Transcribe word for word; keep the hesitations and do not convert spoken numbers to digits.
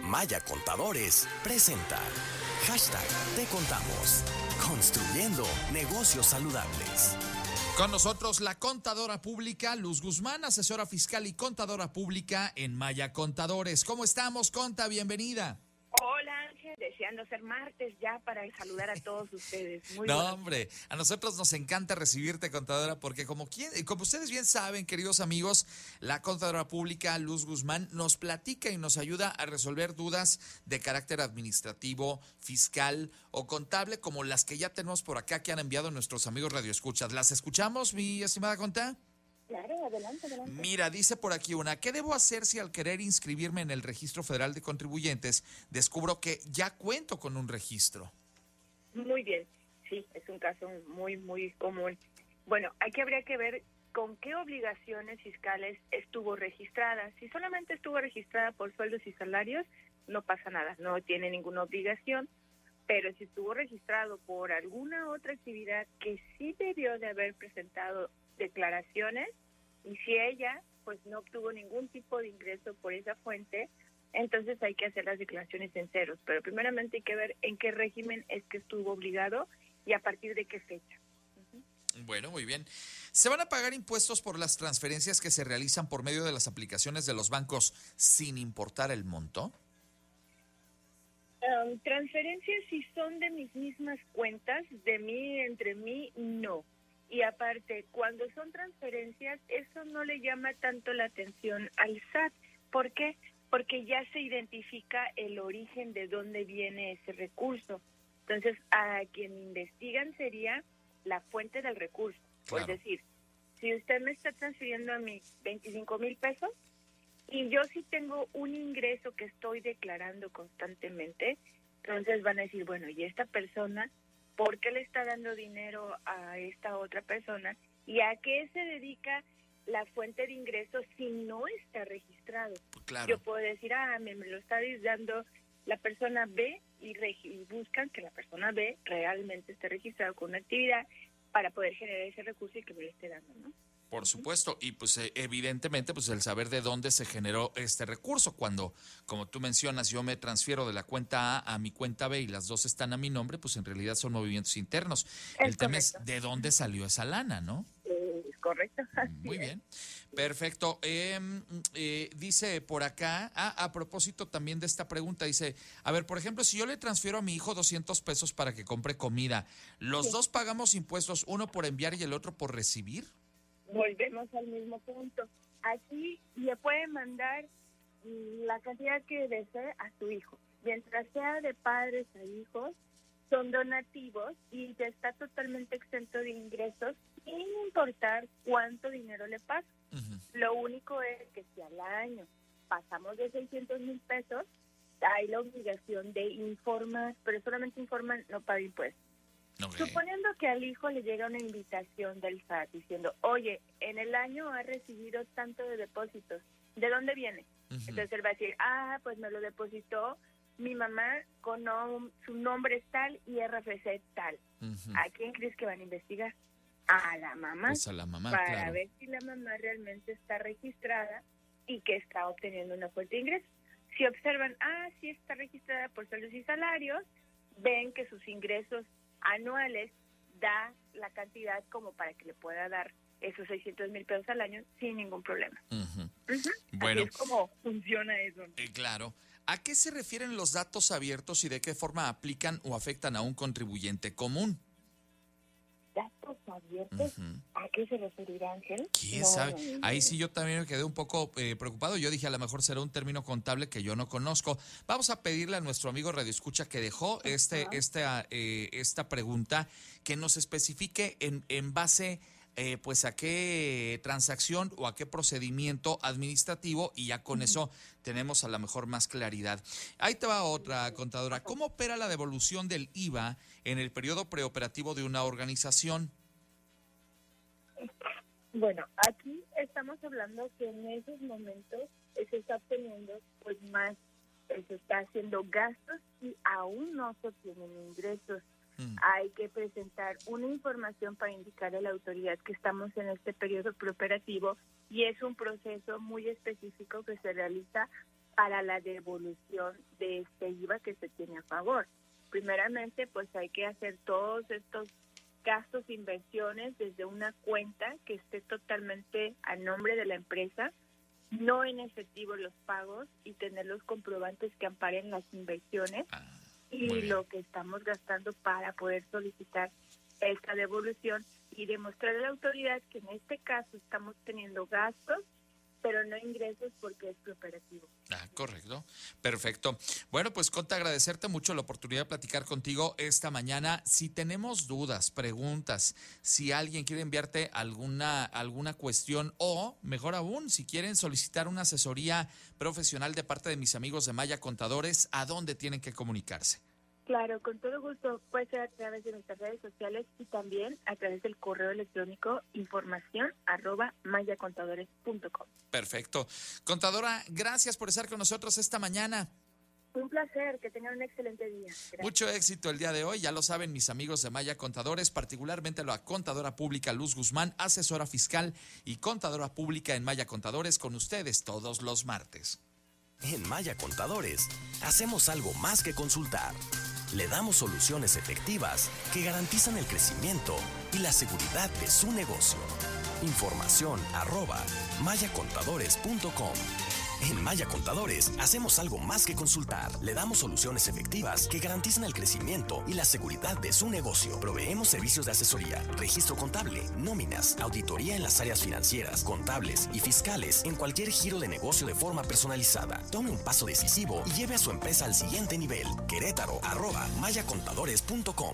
Maya Contadores presenta hashtag Te Contamos, construyendo negocios saludables. Con nosotros la contadora pública Luz Guzmán, asesora fiscal y contadora pública en Maya Contadores. ¿Cómo estamos, Conta? Bienvenida. Hola, Ángel, deseando ser martes ya para saludar a todos ustedes. Muy no, bueno. hombre, a nosotros nos encanta recibirte, contadora, porque como, quien, como ustedes bien saben, queridos amigos, la contadora pública Luz Guzmán nos platica y nos ayuda a resolver dudas de carácter administrativo, fiscal o contable, como las que ya tenemos por acá que han enviado nuestros amigos radioescuchas. ¿Las escuchamos, mi estimada Conta? Claro, adelante, adelante. Mira, dice por aquí una, ¿qué debo hacer si al querer inscribirme en el Registro Federal de Contribuyentes descubro que ya cuento con un registro? Muy bien, sí, es un caso muy, muy común. Bueno, aquí habría que ver con qué obligaciones fiscales estuvo registrada. Si solamente estuvo registrada por sueldos y salarios, no pasa nada, no tiene ninguna obligación. Pero si estuvo registrado por alguna otra actividad que sí debió de haber presentado declaraciones, y si ella pues no obtuvo ningún tipo de ingreso por esa fuente, entonces hay que hacer las declaraciones en ceros. Pero primeramente hay que ver en qué régimen es que estuvo obligado y a partir de qué fecha. Uh-huh. Bueno, muy bien. ¿Se van a pagar impuestos por las transferencias que se realizan por medio de las aplicaciones de los bancos sin importar el monto? Um, transferencias si son de mis mismas cuentas, de mí, entre mí, no. Y aparte, cuando son transferencias, eso no le llama tanto la atención al S A T. ¿Por qué? Porque ya se identifica el origen de dónde viene ese recurso. Entonces, a quien investigan sería la fuente del recurso. Claro. Es decir, si usted me está transfiriendo a mí veinticinco mil pesos y yo sí tengo un ingreso que estoy declarando constantemente, entonces van a decir, bueno, ¿y esta persona por qué le está dando dinero a esta otra persona y a qué se dedica la fuente de ingresos si no está registrado? Claro. Yo puedo decir, ah, me, me lo está dando la persona B y, y buscan que la persona B realmente esté registrado con una actividad para poder generar ese recurso y que me lo esté dando, ¿no? Por supuesto, y pues evidentemente pues el saber de dónde se generó este recurso, cuando, como tú mencionas, yo me transfiero de la cuenta A a mi cuenta B y las dos están a mi nombre, pues en realidad son movimientos internos. Es el tema correcto. es de dónde salió esa lana, ¿no? Es correcto. Muy bien, perfecto. Eh, eh, dice por acá, ah, a propósito también de esta pregunta, dice, a ver, por ejemplo, si yo le transfiero a mi hijo doscientos pesos para que compre comida, ¿los sí. dos pagamos impuestos, uno por enviar y el otro por recibir? Volvemos al mismo punto. Aquí le puede mandar la cantidad que desee a su hijo. Mientras sea de padres a hijos, son donativos y ya está totalmente exento de ingresos sin importar cuánto dinero le pasa. Uh-huh. Lo único es que si al año pasamos de seiscientos mil pesos, hay la obligación de informar, pero solamente informan, no paga impuestos. Okay. Suponiendo que al hijo le llega una invitación del S A T diciendo, oye, en el año ha recibido tanto de depósitos, ¿de dónde viene? Uh-huh. Entonces él va a decir, ah, pues me lo depositó mi mamá con nom- su nombre es tal y R F C tal. Uh-huh. ¿A quién crees que van a investigar? A la mamá. Pues a la mamá, para claro. ver si la mamá realmente está registrada y que está obteniendo una fuente de ingresos. Si observan, ah, sí está registrada por sueldos y salarios, ven que sus ingresos anuales da la cantidad como para que le pueda dar esos seiscientos mil pesos al año sin ningún problema. Uh-huh. Uh-huh. Bueno, así es como funciona eso, ¿no? Eh, claro. ¿A qué se refieren los datos abiertos y de qué forma aplican o afectan a un contribuyente común? ¿Datos abiertos? Uh-huh. ¿A qué se referirá, Ángel? ¿Quién no, sabe? No, no, Ahí sí yo también me quedé un poco eh, preocupado. Yo dije, a lo mejor será un término contable que yo no conozco. Vamos a pedirle a nuestro amigo Radio Escucha que dejó este, uh-huh. esta, eh, esta pregunta que nos especifique en, en base eh, pues a qué transacción o a qué procedimiento administrativo y ya con uh-huh. eso tenemos a lo mejor más claridad. Ahí te va otra, contadora. ¿Cómo opera la devolución del I V A en el periodo preoperativo de una organización? Bueno, aquí estamos hablando que en esos momentos se está obteniendo pues más, se está haciendo gastos y aún no se obtienen ingresos. Mm. Hay que presentar una información para indicar a la autoridad que estamos en este periodo preoperativo y es un proceso muy específico que se realiza para la devolución de este I V A que se tiene a favor. Primeramente, pues hay que hacer todos estos gastos e inversiones desde una cuenta que esté totalmente a nombre de la empresa, no en efectivo los pagos, y tener los comprobantes que amparen las inversiones Ah, y lo que estamos gastando para poder solicitar esta devolución y demostrar a la autoridad que en este caso estamos teniendo gastos, pero no ingresos porque es preoperativo. Ah, correcto. Perfecto. Bueno, pues Conta, agradecerte mucho la oportunidad de platicar contigo esta mañana. Si tenemos dudas, preguntas, si alguien quiere enviarte alguna, alguna cuestión o, mejor aún, si quieren solicitar una asesoría profesional de parte de mis amigos de Maya Contadores, ¿a dónde tienen que comunicarse? Claro, con todo gusto. Puede ser a través de nuestras redes sociales y también a través del correo electrónico información arroba mayacontadores punto com. Perfecto. Contadora, gracias por estar con nosotros esta mañana. Un placer, que tengan un excelente día. Gracias. Mucho éxito el día de hoy, ya lo saben mis amigos de Maya Contadores, particularmente la contadora pública Luz Guzmán, asesora fiscal y contadora pública en Maya Contadores, con ustedes todos los martes. En Maya Contadores, hacemos algo más que consultar. Le damos soluciones efectivas que garantizan el crecimiento y la seguridad de su negocio. Información arroba mayacontadores punto com. En Maya Contadores, hacemos algo más que consultar. Le damos soluciones efectivas que garantizan el crecimiento y la seguridad de su negocio. Proveemos servicios de asesoría, registro contable, nóminas, auditoría en las áreas financieras, contables y fiscales en cualquier giro de negocio de forma personalizada. Tome un paso decisivo y lleve a su empresa al siguiente nivel. Querétaro, arroba mayacontadores punto com.